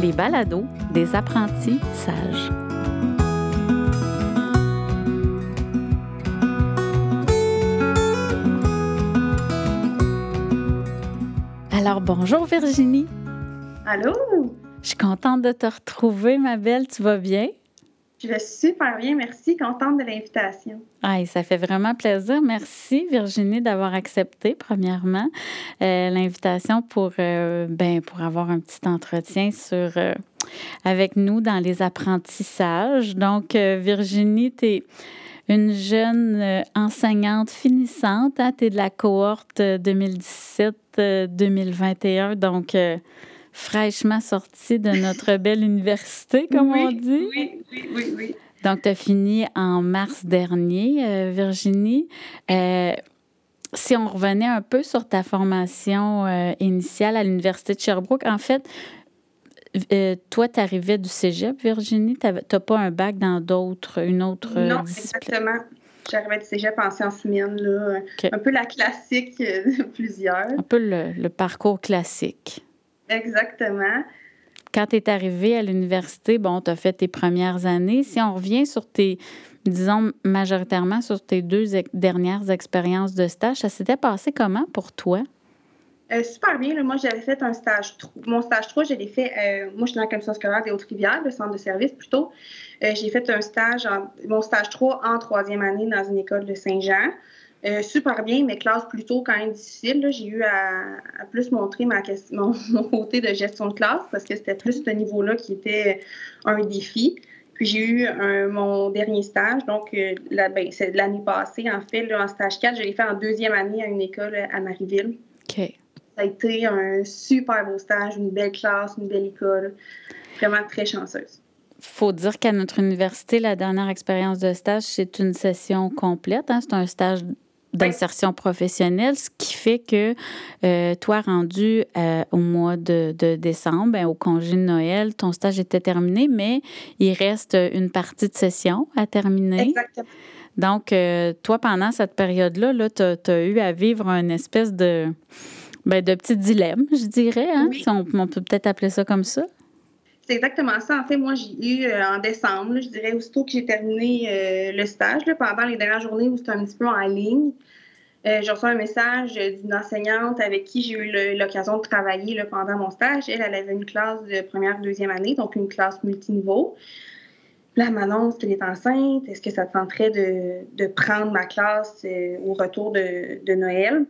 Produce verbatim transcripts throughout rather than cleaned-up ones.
les balados des apprentis sages. Alors, bonjour Virginie. Allô? Je suis contente de te retrouver, ma belle. Tu vas bien? Je vais super bien, merci. Contente de l'invitation. Ah, ça fait vraiment plaisir. Merci, Virginie, d'avoir accepté, premièrement, euh, l'invitation pour, euh, ben, pour avoir un petit entretien sur, euh, avec nous dans les apprentissages. Donc, euh, Virginie, tu es une jeune euh, enseignante finissante. Hein? Tu es de la cohorte deux mille dix-sept deux mille vingt et un, donc euh, fraîchement sortie de notre belle université, comme oui, on dit. Oui, oui, oui, oui. Donc, tu as fini en mars dernier, euh, Virginie. Euh, si on revenait un peu sur ta formation euh, initiale à l'Université de Sherbrooke, en fait, euh, toi, tu arrivais du cégep, Virginie. Tu n'as pas un bac dans d'autres, une autre euh, non, discipline? Exactement. J'arrivais du cégep en sciences humaines, là. Okay. Un peu la classique de plusieurs. Un peu le, le parcours classique. Exactement. Quand tu es arrivée à l'université, bon, tu as fait tes premières années. Si on revient sur tes, disons, majoritairement sur tes deux ex- dernières expériences de stage, ça s'était passé comment pour toi? Euh, super bien. Là. Moi, j'avais fait un stage trois. Mon stage trois, je l'ai fait, euh, moi, je suis dans la commission scolaire des Hautes-Rivières, le centre de service plutôt. Euh, j'ai fait un stage, en, mon stage trois en troisième année dans une école de Saint-Jean. Euh, super bien, mais classe plutôt quand même difficile. Là. J'ai eu à, à plus montrer ma question, mon, mon côté de gestion de classe parce que c'était plus ce niveau-là qui était un défi. Puis j'ai eu un, mon dernier stage, donc euh, la, ben, c'est l'année passée, en fait, là, en stage quatre, je l'ai fait en deuxième année à une école à Marieville. OK. Ça a été un super beau stage, une belle classe, une belle école. Vraiment très chanceuse. Il faut dire qu'à notre université, la dernière expérience de stage, c'est une session complète. Hein? C'est un stage d'insertion oui. professionnelle, ce qui fait que euh, toi, rendu euh, au mois de, de décembre, ben, au congé de Noël, ton stage était terminé, mais il reste une partie de session à terminer. Exactement. Donc, euh, toi, pendant cette période-là, là, tu as eu à vivre une espèce de, ben, de petit dilemme, je dirais. Hein? Oui. Si on, on peut peut-être appeler ça comme ça. C'est exactement ça. En fait, moi, j'ai eu euh, en décembre, là, je dirais, aussitôt que j'ai terminé euh, le stage, là, pendant les dernières journées où c'était un petit peu en ligne, euh, j'ai reçu un message d'une enseignante avec qui j'ai eu le, l'occasion de travailler là, pendant mon stage. Elle, elle avait une classe de première, deuxième année, donc une classe multiniveau. Là, elle m'annonce qu'elle est enceinte. Est-ce que ça te tenterait de, de prendre ma classe euh, au retour de, de Noël?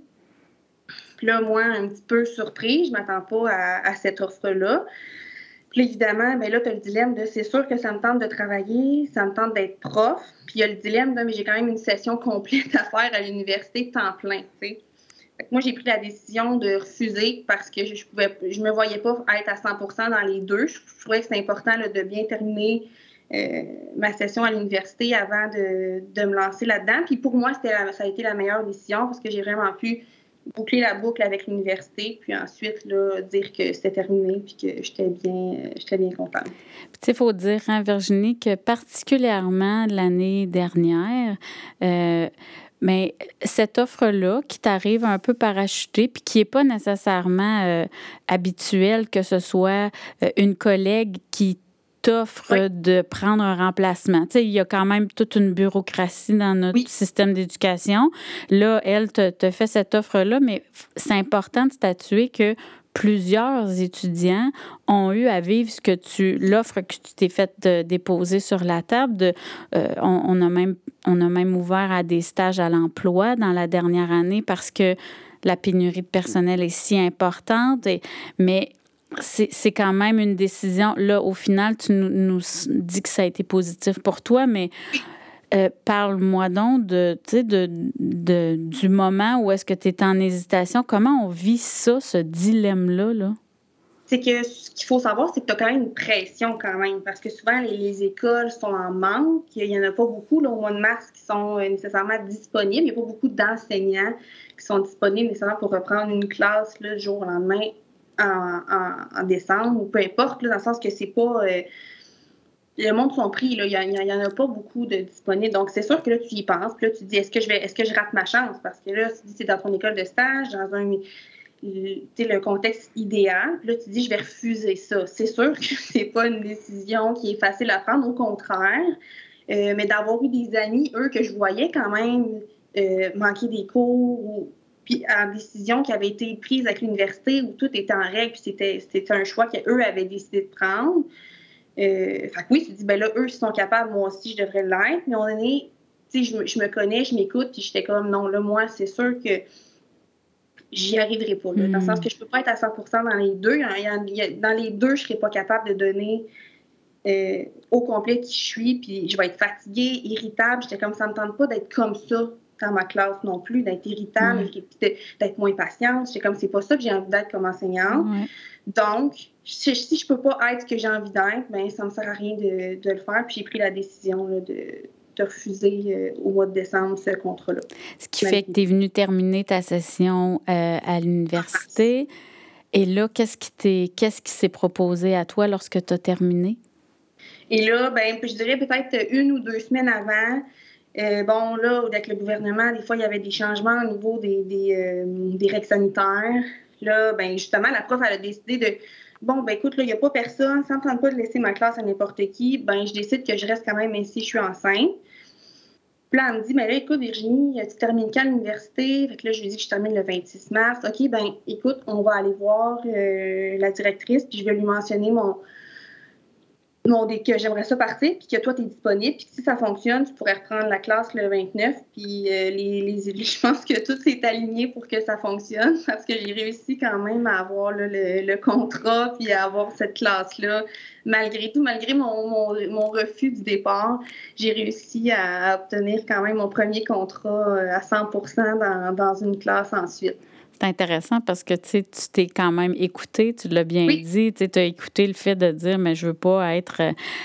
Puis là, moi, un petit peu surprise, je ne m'attends pas à, à cette offre-là. Puis évidemment, bien là, tu as le dilemme de c'est sûr que ça me tente de travailler, ça me tente d'être prof. Puis il y a le dilemme de mais j'ai quand même une session complète à faire à l'université temps plein, tu sais. Fait que moi, j'ai pris la décision de refuser parce que je, je pouvais, je me voyais pas être à cent pour cent dans les deux. Je, je trouvais que c'était important là, de bien terminer euh, ma session à l'université avant de, de me lancer là-dedans. Puis pour moi, c'était la, ça a été la meilleure décision parce que j'ai vraiment pu boucler la boucle avec l'université, puis ensuite là, dire que c'était terminé puis que j'étais bien, j'étais bien contente. Tu sais, il faut dire, hein, Virginie, que particulièrement l'année dernière, euh, mais cette offre-là qui t'arrive un peu parachutée puis qui n'est pas nécessairement euh, habituelle, que ce soit euh, une collègue qui t'offre oui. de prendre un remplacement. Tu sais, il y a quand même toute une bureaucratie dans notre oui. système d'éducation. Là, elle te, te fait cette offre-là, mais c'est important de statuer que plusieurs étudiants ont eu à vivre ce que tu, l'offre que tu t'es faite de déposer sur la table. De, euh, on, on, a même, on a même ouvert à des stages à l'emploi dans la dernière année parce que la pénurie de personnel est si importante. Et, mais C'est, c'est quand même une décision. Là, au final, tu nous, nous dis que ça a été positif pour toi, mais euh, parle-moi donc de, tu sais, de, de, du moment où est-ce que tu es en hésitation. Comment on vit ça, ce dilemme-là, là? C'est que ce qu'il faut savoir, c'est que tu as quand même une pression quand même, parce que souvent, les, les écoles sont en manque. Il n'y en a pas beaucoup là, au mois de mars qui sont nécessairement disponibles. Il n'y a pas beaucoup d'enseignants qui sont disponibles nécessairement pour reprendre une classe là, du jour au lendemain. En, en, en décembre, ou peu importe, là, dans le sens que c'est pas... Euh, le monde sont pris, là, il n'y en a pas beaucoup de disponibles. Donc, c'est sûr que là, tu y penses, puis là, tu te dis, est-ce que je vais, est-ce que je rate ma chance? Parce que là, tu dis, c'est dans ton école de stage, dans un... le, le contexte idéal. Puis là, tu dis, je vais refuser ça. C'est sûr que c'est pas une décision qui est facile à prendre, au contraire. Euh, mais d'avoir eu des amis, eux, que je voyais quand même euh, manquer des cours ou puis en décision qui avait été prise avec l'université où tout était en règle, puis c'était, c'était un choix qu'eux avaient décidé de prendre. Euh, fait que oui, tu te dis, ben là, eux, s'ils sont capables, moi aussi, je devrais l'être. Mais on est, tu sais, je, je me connais, je m'écoute, puis j'étais comme, non, là, moi, c'est sûr que j'y arriverai pas. Là, mm. Dans le sens que je peux pas être à cent pour cent dans les deux. Il y a, il y a, dans les deux, je serais pas capable de donner euh, au complet qui je suis, puis je vais être fatiguée, irritable. J'étais comme, ça me tente pas d'être comme ça dans ma classe non plus, d'être irritable, mm. d'être moins patiente. J'étais comme, c'est pas ça que j'ai envie d'être comme enseignante. Mm. Donc, si, si je peux pas être ce que j'ai envie d'être, ben ça me sert à rien de, de le faire. Puis j'ai pris la décision là, de, de refuser euh, au mois de décembre ce contrat-là. Ce qui fait que tu es venue terminer ta session euh, à l'université. Et là, qu'est-ce qui t'est, qu'est-ce qui s'est proposé à toi lorsque tu as terminé? Et là, ben, je dirais peut-être une ou deux semaines avant. Euh, bon, là, avec le gouvernement, des fois, il y avait des changements au niveau des, des, euh, des règles sanitaires. Là, ben, justement, la prof, elle a décidé de, bon, ben, écoute, là, il n'y a pas personne, ça ne me tente pas de laisser ma classe à n'importe qui, ben, je décide que je reste quand même ici, je suis enceinte. Puis là, elle me dit, mais là, écoute, Virginie, tu termines quand l'université? Fait que là, je lui dis que je termine le vingt-six mars. OK, ben, écoute, on va aller voir euh, la directrice, puis je vais lui mentionner mon, mon que j'aimerais ça partir, puis que toi, tu es disponible, puis que si ça fonctionne, tu pourrais reprendre la classe le vingt-neuf, puis euh, les, les, je pense que tout s'est aligné pour que ça fonctionne, parce que j'ai réussi quand même à avoir là, le, le contrat, puis à avoir cette classe-là. Malgré tout, malgré mon, mon, mon refus du départ, j'ai réussi à obtenir quand même mon premier contrat à cent pour cent dans, dans une classe ensuite. C'est intéressant parce que tu t'es quand même écouté, tu l'as bien oui. dit, tu as écouté le fait de dire mais je veux pas être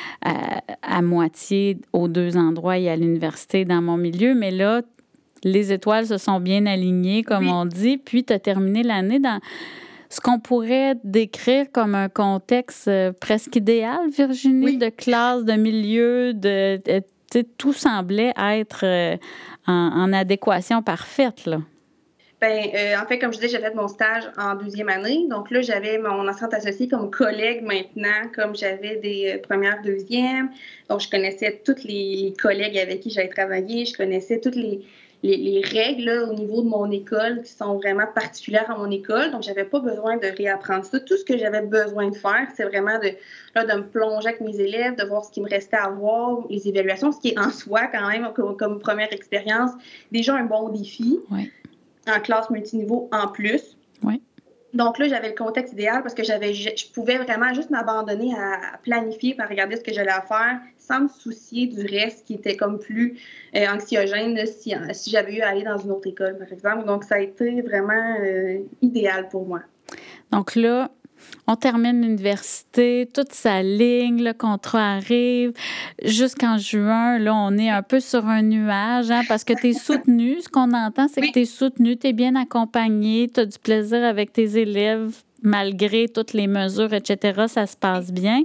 à, à moitié aux deux endroits et à l'université dans mon milieu, mais là, les étoiles se sont bien alignées, comme oui. on dit, puis tu as terminé l'année dans ce qu'on pourrait décrire comme un contexte presque idéal, Virginie, oui. de classe, de milieu, de, de tout semblait être en, en adéquation parfaite, là. Ben, euh, en fait, comme je disais, j'ai fait mon stage en deuxième année. Donc là, j'avais mon enseignante associée comme collègue maintenant, comme j'avais des euh, premières, deuxièmes. Donc, je connaissais tous les collègues avec qui j'avais travaillé. Je connaissais toutes les, les, les règles là, au niveau de mon école qui sont vraiment particulières à mon école. Donc, j'avais pas besoin de réapprendre ça. Tout ce que j'avais besoin de faire, c'est vraiment de, là, de me plonger avec mes élèves, de voir ce qui me restait à voir, les évaluations, ce qui est en soi quand même comme, comme première expérience déjà un bon défi. Oui. En classe multiniveau en plus. Oui. Donc là, j'avais le contexte idéal parce que j'avais, je, je pouvais vraiment juste m'abandonner à, à planifier, à regarder ce que j'allais faire sans me soucier du reste qui était comme plus euh, anxiogène là, si, si j'avais eu à aller dans une autre école, par exemple. Donc, ça a été vraiment euh, idéal pour moi. Donc là, on termine l'université, toute s'aligne, le contrat arrive. Jusqu'en juin, là, on est un peu sur un nuage, hein, parce que tu es soutenu. Ce qu'on entend, c'est oui. que tu es soutenu, tu es bien accompagné, tu as du plaisir avec tes élèves, malgré toutes les mesures, et cetera. Ça se passe bien.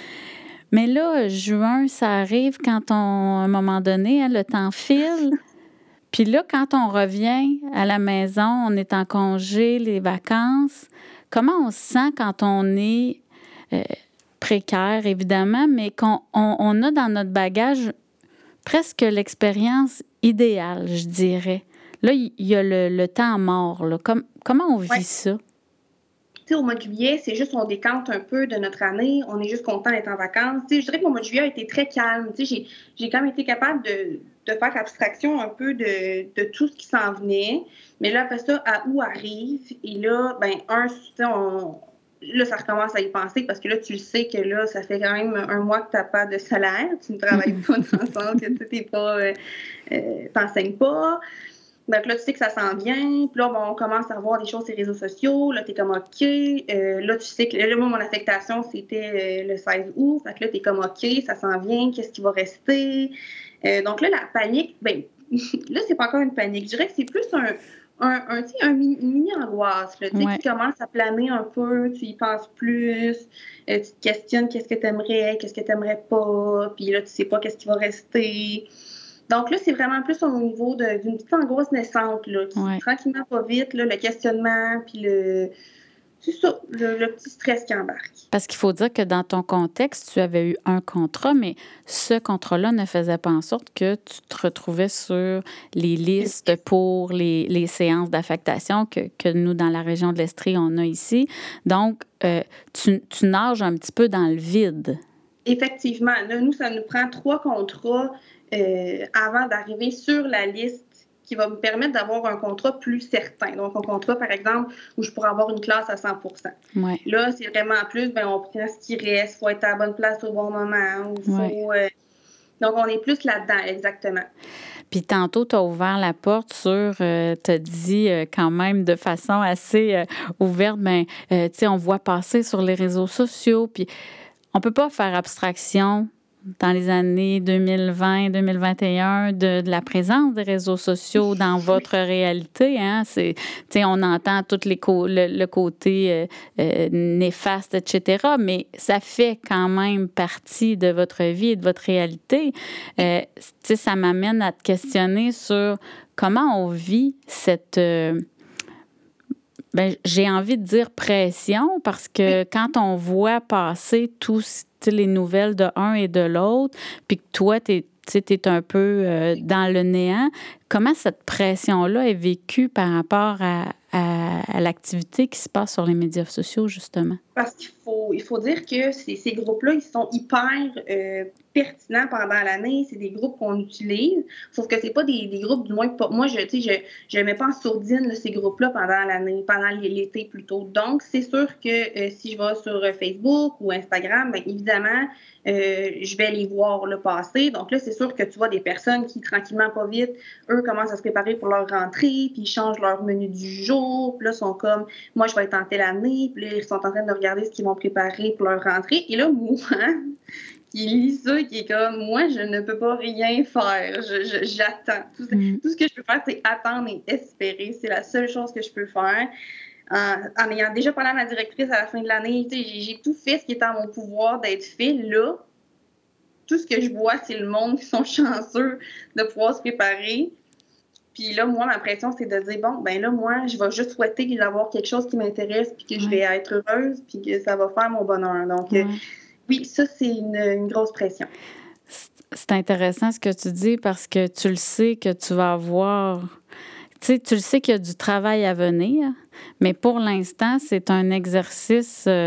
Mais là, juin, ça arrive quand on, à un moment donné, hein, le temps file. Puis là, quand on revient à la maison, on est en congé, les vacances. Comment on se sent quand on est euh, précaire, évidemment, mais qu'on on, on a dans notre bagage presque l'expérience idéale, je dirais. Là, il y a le, le temps mort. Là. Com- comment on vit ouais. ça? T'sais, au mois de juillet, c'est juste on décante un peu de notre année. On est juste content d'être en vacances. T'sais, je dirais que mon mois de juillet a été très calme. T'sais, j'ai, j'ai quand même été capable de, de faire abstraction un peu de, de tout ce qui s'en venait. Mais là, après ça, à août arrive. Et là, ben un, on, là, ça recommence à y penser parce que là, tu le sais que là, ça fait quand même un mois que tu n'as pas de salaire. Tu ne travailles pas dans le sens que tu n'es pas, euh, euh, t'enseignes pas. Donc là, tu sais que ça s'en vient. Puis là, bon, on commence à voir des choses sur les réseaux sociaux. Là, tu es comme OK. Euh, là, tu sais que là, moi, mon affectation, c'était euh, le seize août. Fait que là, tu es comme OK, ça s'en vient. Qu'est-ce qui va rester? Euh, donc là, la panique, ben là, c'est pas encore une panique. Je dirais que c'est plus un, un, un, un mini, une mini-angoisse. Tu sais, ouais. Tu commences à planer un peu, tu y penses plus. Euh, tu te questionnes qu'est-ce que tu aimerais, qu'est-ce que tu n'aimerais pas. Puis là, tu sais pas qu'est-ce qui va rester. Donc là, c'est vraiment plus au niveau de, d'une petite angoisse naissante, là, qui Ouais. tranquillement, pas vite, là, le questionnement, puis le, c'est ça, le, le petit stress qui embarque. Parce qu'il faut dire que dans ton contexte, tu avais eu un contrat, mais ce contrat-là ne faisait pas en sorte que tu te retrouvais sur les listes pour les, les séances d'affectation que, que nous, dans la région de l'Estrie, on a ici. Donc, euh, tu, tu nages un petit peu dans le vide. Effectivement. Là, nous, ça nous prend trois contrats euh, avant d'arriver sur la liste qui va me permettre d'avoir un contrat plus certain. Donc, un contrat, par exemple, où je pourrais avoir une classe à cent pour cent. Ouais. Là, c'est vraiment plus, ben, on prend ce qui reste, il faut être à la bonne place au bon moment. Faut, Ouais. euh, donc, on est plus là-dedans, exactement. Puis tantôt, tu as ouvert la porte sur, euh, tu as dit euh, quand même de façon assez euh, ouverte, bien, euh, tu sais, on voit passer sur les réseaux sociaux, puis on peut pas faire abstraction dans les années deux mille vingt, deux mille vingt et un de, de la présence des réseaux sociaux dans votre réalité. Hein? C'est, tu sais, on entend tout les co- le, le côté euh, euh, néfaste, et cetera, mais ça fait quand même partie de votre vie et de votre réalité. Euh, tu sais, ça m'amène à te questionner sur comment on vit cette... Euh, ben, j'ai envie de dire pression parce que quand on voit passer tous les nouvelles de un et de l'autre, puis que toi, tu es un peu euh, dans le néant, comment cette pression-là est vécue par rapport à, à, à l'activité qui se passe sur les médias sociaux, justement? Parce qu'il faut, il faut dire que ces, ces groupes-là, ils sont hyper euh, pertinents pendant l'année. C'est des groupes qu'on utilise. Sauf que c'est pas des, des groupes, du moins, pas, moi, je tu sais, je ne mets pas en sourdine là, ces groupes-là pendant l'année, pendant l'été plutôt. Donc, c'est sûr que euh, si je vais sur Facebook ou Instagram, bien évidemment, euh, je vais les voir là, passer. Donc là, c'est sûr que tu vois des personnes qui, tranquillement, pas vite, eux commencent à se préparer pour leur rentrée, puis ils changent leur menu du jour. Puis là, sont comme, moi, je vais être en telle année. Puis là, ils sont en train de regarder ce qu'ils vont préparer pour leur rentrée. Et là, moi, qui lit ça, qui est comme, moi, je ne peux pas rien faire. Je, je, j'attends. Tout, Mm. tout ce que je peux faire, c'est attendre et espérer. C'est la seule chose que je peux faire. En, en ayant déjà parlé à ma directrice à la fin de l'année, j'ai, j'ai tout fait ce qui est en mon pouvoir d'être fait. Là, tout ce que je vois, c'est le monde qui sont chanceux de pouvoir se préparer. Puis là, moi, ma pression, c'est de dire, bon, ben là, moi, je vais juste souhaiter d'avoir quelque chose qui m'intéresse, puis que ouais. je vais être heureuse, puis que ça va faire mon bonheur. Donc, ouais. euh, oui, ça, c'est une, une grosse pression. C'est intéressant ce que tu dis parce que tu le sais que tu vas avoir... Tu sais, tu le sais qu'il y a du travail à venir, mais pour l'instant, c'est un exercice... Euh,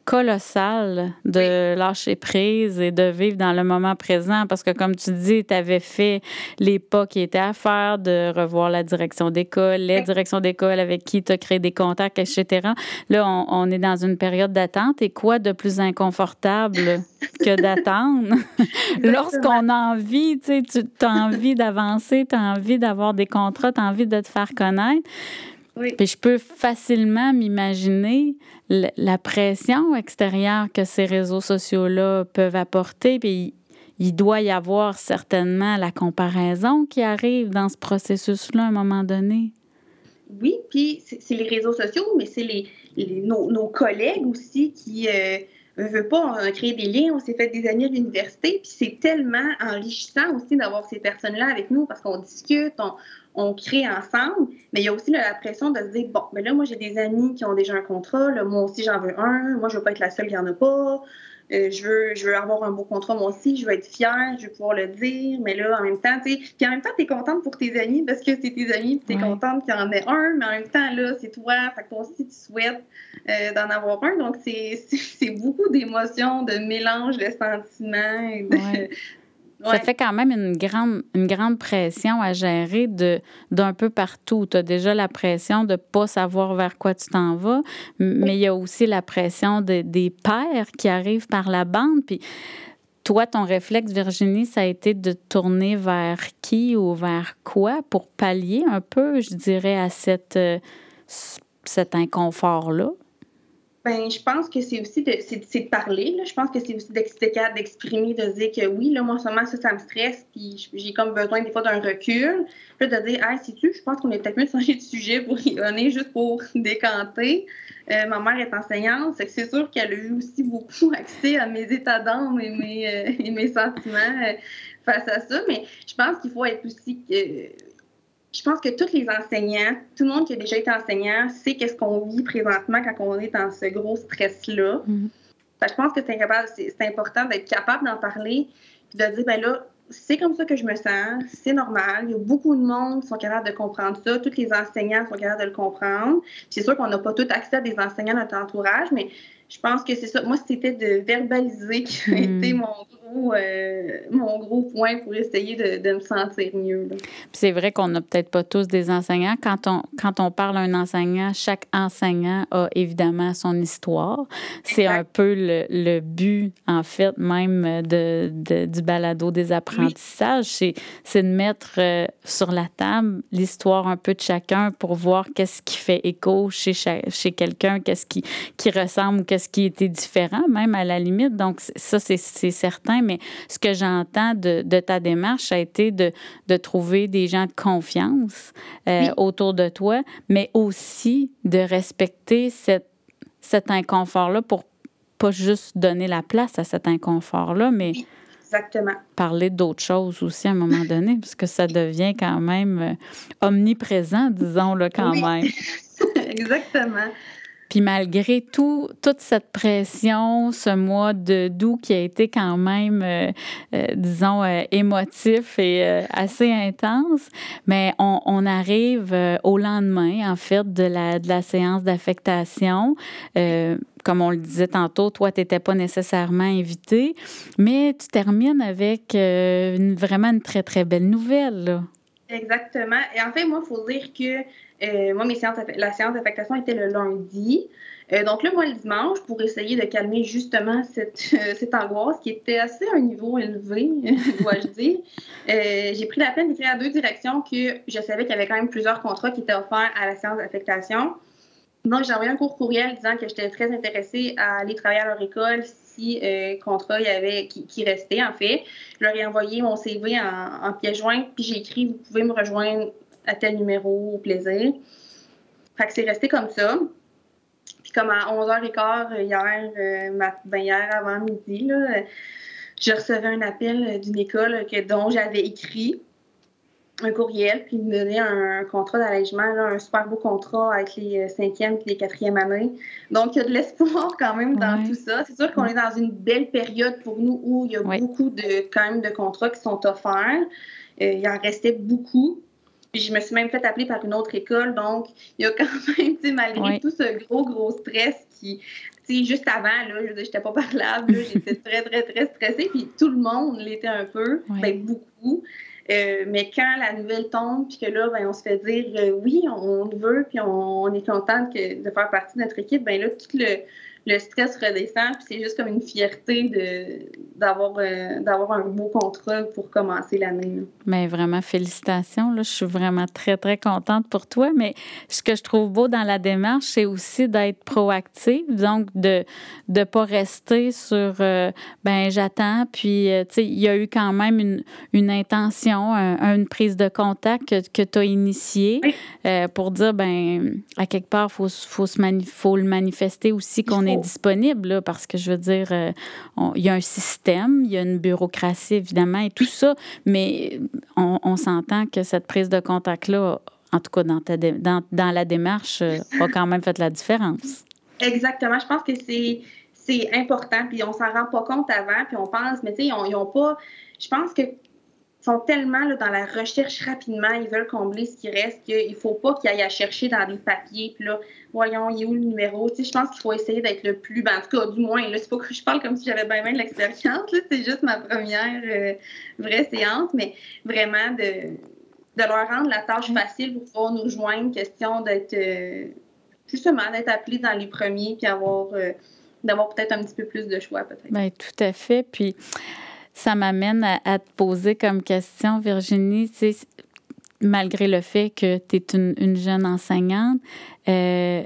colossal de lâcher prise et de vivre dans le moment présent parce que, comme tu dis, tu avais fait les pas qui étaient à faire, de revoir la direction d'école, les directions d'école avec qui tu as créé des contacts, et cetera. Là, on, on est dans une période d'attente et quoi de plus inconfortable que d'attendre? Lorsqu'on a envie, tu sais, tu as envie d'avancer, tu as envie d'avoir des contrats, tu as envie de te faire connaître. Oui. Puis je peux facilement m'imaginer la pression extérieure que ces réseaux sociaux-là peuvent apporter. Puis il doit y avoir certainement la comparaison qui arrive dans ce processus-là à un moment donné. Oui, puis c'est, c'est les réseaux sociaux, mais c'est les, les nos, nos collègues aussi qui euh, ne veulent pas. On a créé des liens, on s'est fait des amis à l'université, puis c'est tellement enrichissant aussi d'avoir ces personnes-là avec nous parce qu'on discute, on, on crée ensemble, mais il y a aussi là, la pression de se dire, bon, mais là, moi, j'ai des amis qui ont déjà un contrat, là, moi aussi, j'en veux un, moi, je veux pas être la seule qui en a pas, euh, je veux je veux avoir un beau contrat, moi aussi, je veux être fière, je veux pouvoir le dire, mais là, en même temps, tu sais, puis en même temps, t'es contente pour tes amis parce que c'est tes amis, puis t'es ouais. contente qu'il y en ait un, mais en même temps, là, c'est toi, fait que toi aussi, tu souhaites euh, d'en avoir un, donc c'est, c'est, c'est beaucoup d'émotions, de mélange de sentiments, et de... Ouais. Ça ouais. fait quand même une grande, une grande pression à gérer de, d'un peu partout. Tu as déjà la pression de ne pas savoir vers quoi tu t'en vas, mais il y a aussi la pression de, des pairs qui arrivent par la bande. Puis toi, ton réflexe, Virginie, ça a été de tourner vers qui ou vers quoi pour pallier un peu, je dirais, à cette, euh, cet inconfort-là? Ben, je pense que c'est aussi de, c'est, c'est de parler. Là. Je pense que c'est aussi d'être capable d'exprimer, de dire que oui, là, moi, en ce moment, ça, ça me stresse, puis j'ai comme besoin des fois d'un recul. Puis de dire, ah, sais-tu, je pense qu'on est peut-être mieux de changer de sujet pour y donner, juste pour décanter. Euh, ma mère est enseignante, c'est que c'est sûr qu'elle a eu aussi beaucoup accès à mes états d'âme et mes, euh, et mes sentiments. face à ça, mais je pense qu'il faut être aussi... Euh, je pense que tous les enseignants, tout le monde qui a déjà été enseignant sait qu'est-ce qu'on vit présentement quand on est dans ce gros stress-là. Mm-hmm. Fait que je pense que c'est, incapable, c'est, c'est important d'être capable d'en parler puis de dire, ben là, c'est comme ça que je me sens, c'est normal. Il y a beaucoup de monde qui sont capables de comprendre ça. Tous les enseignants sont capables de le comprendre. Puis c'est sûr qu'on n'a pas tout accès à des enseignants de notre entourage, mais je pense que c'est ça. Moi, c'était de verbaliser qui a mm. été mon gros, euh, mon gros point pour essayer de, de me sentir mieux. Là. C'est vrai qu'on n'a peut-être pas tous des enseignants. Quand on, quand on parle à un enseignant, chaque enseignant a évidemment son histoire. C'est exact. Un peu le, le but, en fait, même de, de, du balado des apprentissages. Oui. C'est, c'est de mettre euh, sur la table l'histoire un peu de chacun pour voir qu'est-ce qui fait écho chez, chez quelqu'un, qu'est-ce qui, qui ressemble ou qu'est-ce qui était différent, même à la limite. Donc, ça, c'est, c'est certain. Mais ce que j'entends de, de ta démarche, ça a été de, de trouver des gens de confiance euh, oui. autour de toi, mais aussi de respecter cette, cet inconfort-là pour pas juste donner la place à cet inconfort-là, mais oui, exactement. Parler d'autres choses aussi à un moment donné, parce que ça devient quand même euh, omniprésent, disons-le quand oui. même. Exactement. Puis malgré tout, toute cette pression, ce mois de d'août qui a été quand même, euh, euh, disons, euh, émotif et euh, assez intense, mais on, on arrive euh, au lendemain, en fait, de la, de la séance d'affectation. Euh, comme on le disait tantôt, toi, tu n'étais pas nécessairement invitée, mais tu termines avec euh, une, vraiment une très, très belle nouvelle, là. Exactement. Et en fait, moi, il faut dire que euh, moi, mes séances, la séance d'affectation était le lundi. Euh, donc là, moi, le dimanche, pour essayer de calmer justement cette, euh, cette angoisse qui était assez à un niveau élevé, dois-je dire, euh, j'ai pris la peine d'écrire à deux directions que je savais qu'il y avait quand même plusieurs contrats qui étaient offerts à la séance d'affectation. Donc, j'ai envoyé un court courriel disant que j'étais très intéressée à aller travailler à leur école si euh, contrat il y avait qui, qui restait, en fait. Je leur ai envoyé mon C V en, en pièce jointe, puis j'ai écrit « Vous pouvez me rejoindre à tel numéro, au plaisir ». Fait que c'est resté comme ça. Puis comme à onze heures quinze hier, euh, ma, ben hier avant midi, là, je recevais un appel d'une école que, dont j'avais écrit un courriel, puis il me donnait un, un contrat d'allègement, là, un super beau contrat avec les cinquième et les quatrième années. Donc, il y a de l'espoir quand même dans ouais. tout ça. C'est sûr qu'on est dans une belle période pour nous où il y a ouais. beaucoup de, quand même de contrats qui sont offerts. Euh, il en restait beaucoup. Puis je me suis même fait appeler par une autre école. Donc, il y a quand même, tu sais, malgré ouais. tout ce gros, gros stress qui... Tu sais, juste avant, là, je n'étais pas parlable. Là, j'étais très, très, très stressée. Puis tout le monde l'était un peu, ouais. ben beaucoup. Euh, mais quand la nouvelle tombe, puis que là, ben, on se fait dire euh, oui, on, on le veut, puis on, on est contente que, de faire partie de notre équipe, ben là, tout le, le stress redescend, puis c'est juste comme une fierté de, d'avoir, euh, d'avoir un beau contrat pour commencer l'année. Là. Mais vraiment, félicitations. Là, je suis vraiment très, très contente pour toi. Mais ce que je trouve beau dans la démarche, c'est aussi d'être proactive, donc de ne pas rester sur euh, ben j'attends, puis euh, tu sais, il y a eu quand même une, une intention, un, une prise de contact que, que tu as initiée oui. euh, pour dire, ben à quelque part, il faut, faut, mani- faut le manifester aussi qu'on est disponible, là, parce que je veux dire, euh, il y a un système, il y a une bureaucratie, évidemment, et tout ça, mais on, on s'entend que cette prise de contact-là, en tout cas dans, ta dé- dans, dans la démarche, euh, a quand même fait la différence. Exactement. Je pense que c'est, c'est important, puis on s'en rend pas compte avant, puis on pense, mais tu sais, ils n'ont pas... Je pense que sont tellement là, dans la recherche rapidement, ils veulent combler ce qui reste, qu'il ne faut pas qu'ils aillent à chercher dans des papiers, puis là, voyons, il est où le numéro? Tu sais, je pense qu'il faut essayer d'être le plus... Ben, en tout cas, du moins, là, c'est pas que je parle comme si j'avais bien bien de l'expérience, là, c'est juste ma première euh, vraie séance, mais vraiment de, de leur rendre la tâche facile pour pouvoir nous joindre, question d'être... Euh, justement, d'être appelé dans les premiers, puis avoir, euh, d'avoir peut-être un petit peu plus de choix, peut-être. Bien, tout à fait, puis... Ça m'amène à, à te poser comme question, Virginie, tu sais, malgré le fait que tu es une, une jeune enseignante, euh,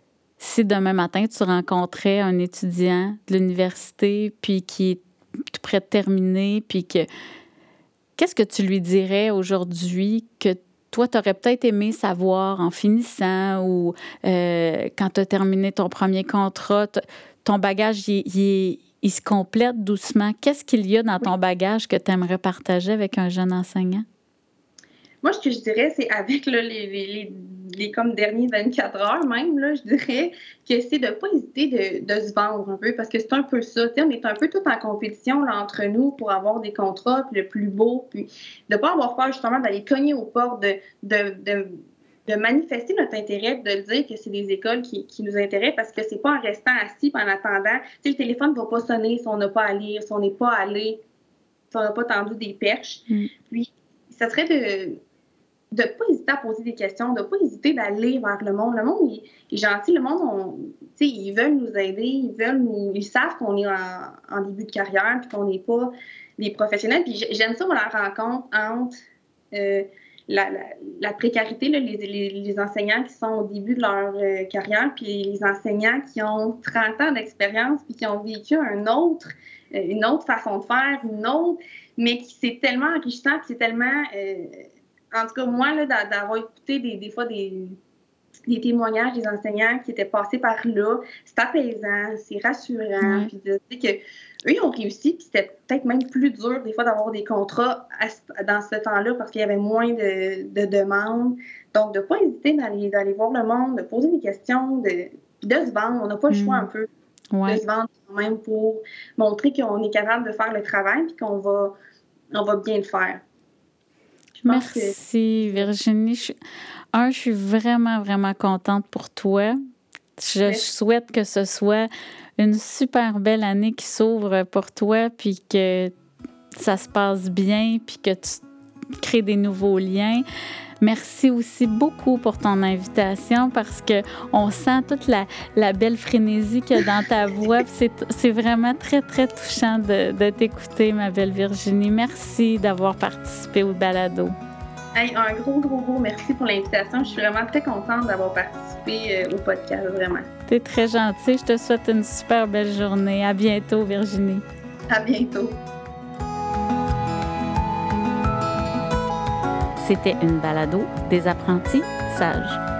si demain matin, tu rencontrais un étudiant de l'université, puis qui est tout près de terminer, puis que... Qu'est-ce que tu lui dirais aujourd'hui que toi, tu aurais peut-être aimé savoir en finissant ou euh, quand tu as terminé ton premier contrat, ton bagage, il, il est... ils se complètent doucement. Qu'est-ce qu'il y a dans ton bagage que tu aimerais partager avec un jeune enseignant? Moi, ce que je dirais, c'est avec là, les, les, les, les comme derniers vingt-quatre heures même, là, je dirais que c'est de ne pas hésiter de, de se vendre un peu, parce que c'est un peu ça. On est un peu tout en compétition là, entre nous pour avoir des contrats, puis le plus beau, puis de ne pas avoir peur justement d'aller cogner aux portes, de, de, de, de manifester notre intérêt, de dire que c'est des écoles qui, qui nous intéressent, parce que c'est pas en restant assis en attendant. Tu sais, le téléphone ne va pas sonner si on n'a pas à lire, si on n'est pas allé, si on n'a pas tendu des perches. Mm. Puis, ça serait de de ne pas hésiter à poser des questions, de ne pas hésiter d'aller vers le monde. Le monde il, il est gentil, le monde, on, ils veulent nous aider, ils veulent nous, ils savent qu'on est en, en début de carrière puis qu'on n'est pas des professionnels. Puis j'aime ça, la rencontre entre euh, la, la, la précarité, là, les, les, les enseignants qui sont au début de leur euh, carrière, puis les enseignants qui ont trente ans d'expérience puis qui ont vécu un autre, euh, une autre façon de faire, une autre, mais qui c'est tellement enrichissant, puis c'est tellement... Euh, En tout cas, moi, là, d'avoir écouté des, des fois des, des témoignages des enseignants qui étaient passés par là, c'est apaisant, c'est rassurant. Puis de dire qu'eux, ils ont réussi, puis c'était peut-être même plus dur des fois d'avoir des contrats à, dans ce temps-là parce qu'il y avait moins de, de demandes. Donc, de ne pas hésiter d'aller, d'aller voir le monde, de poser des questions, de, de se vendre. On n'a pas le choix mmh. un peu ouais. de se vendre quand même pour montrer qu'on est capable de faire le travail puis qu'on va, on va bien le faire. Merci, que... Virginie. Je, un, je suis vraiment, vraiment contente pour toi. Je Merci. souhaite que ce soit une super belle année qui s'ouvre pour toi, puis que ça se passe bien, puis que tu crées des nouveaux liens. Merci aussi beaucoup pour ton invitation parce qu'on sent toute la, la belle frénésie qu'il y a dans ta voix. C'est, c'est vraiment très, très touchant de, de t'écouter, ma belle Virginie. Merci d'avoir participé au balado. Hey, un gros, gros, gros merci pour l'invitation. Je suis vraiment très contente d'avoir participé euh, au podcast, vraiment. T'es très gentille. Je te souhaite une super belle journée. À bientôt, Virginie. À bientôt. C'était une balado des apprentis sages.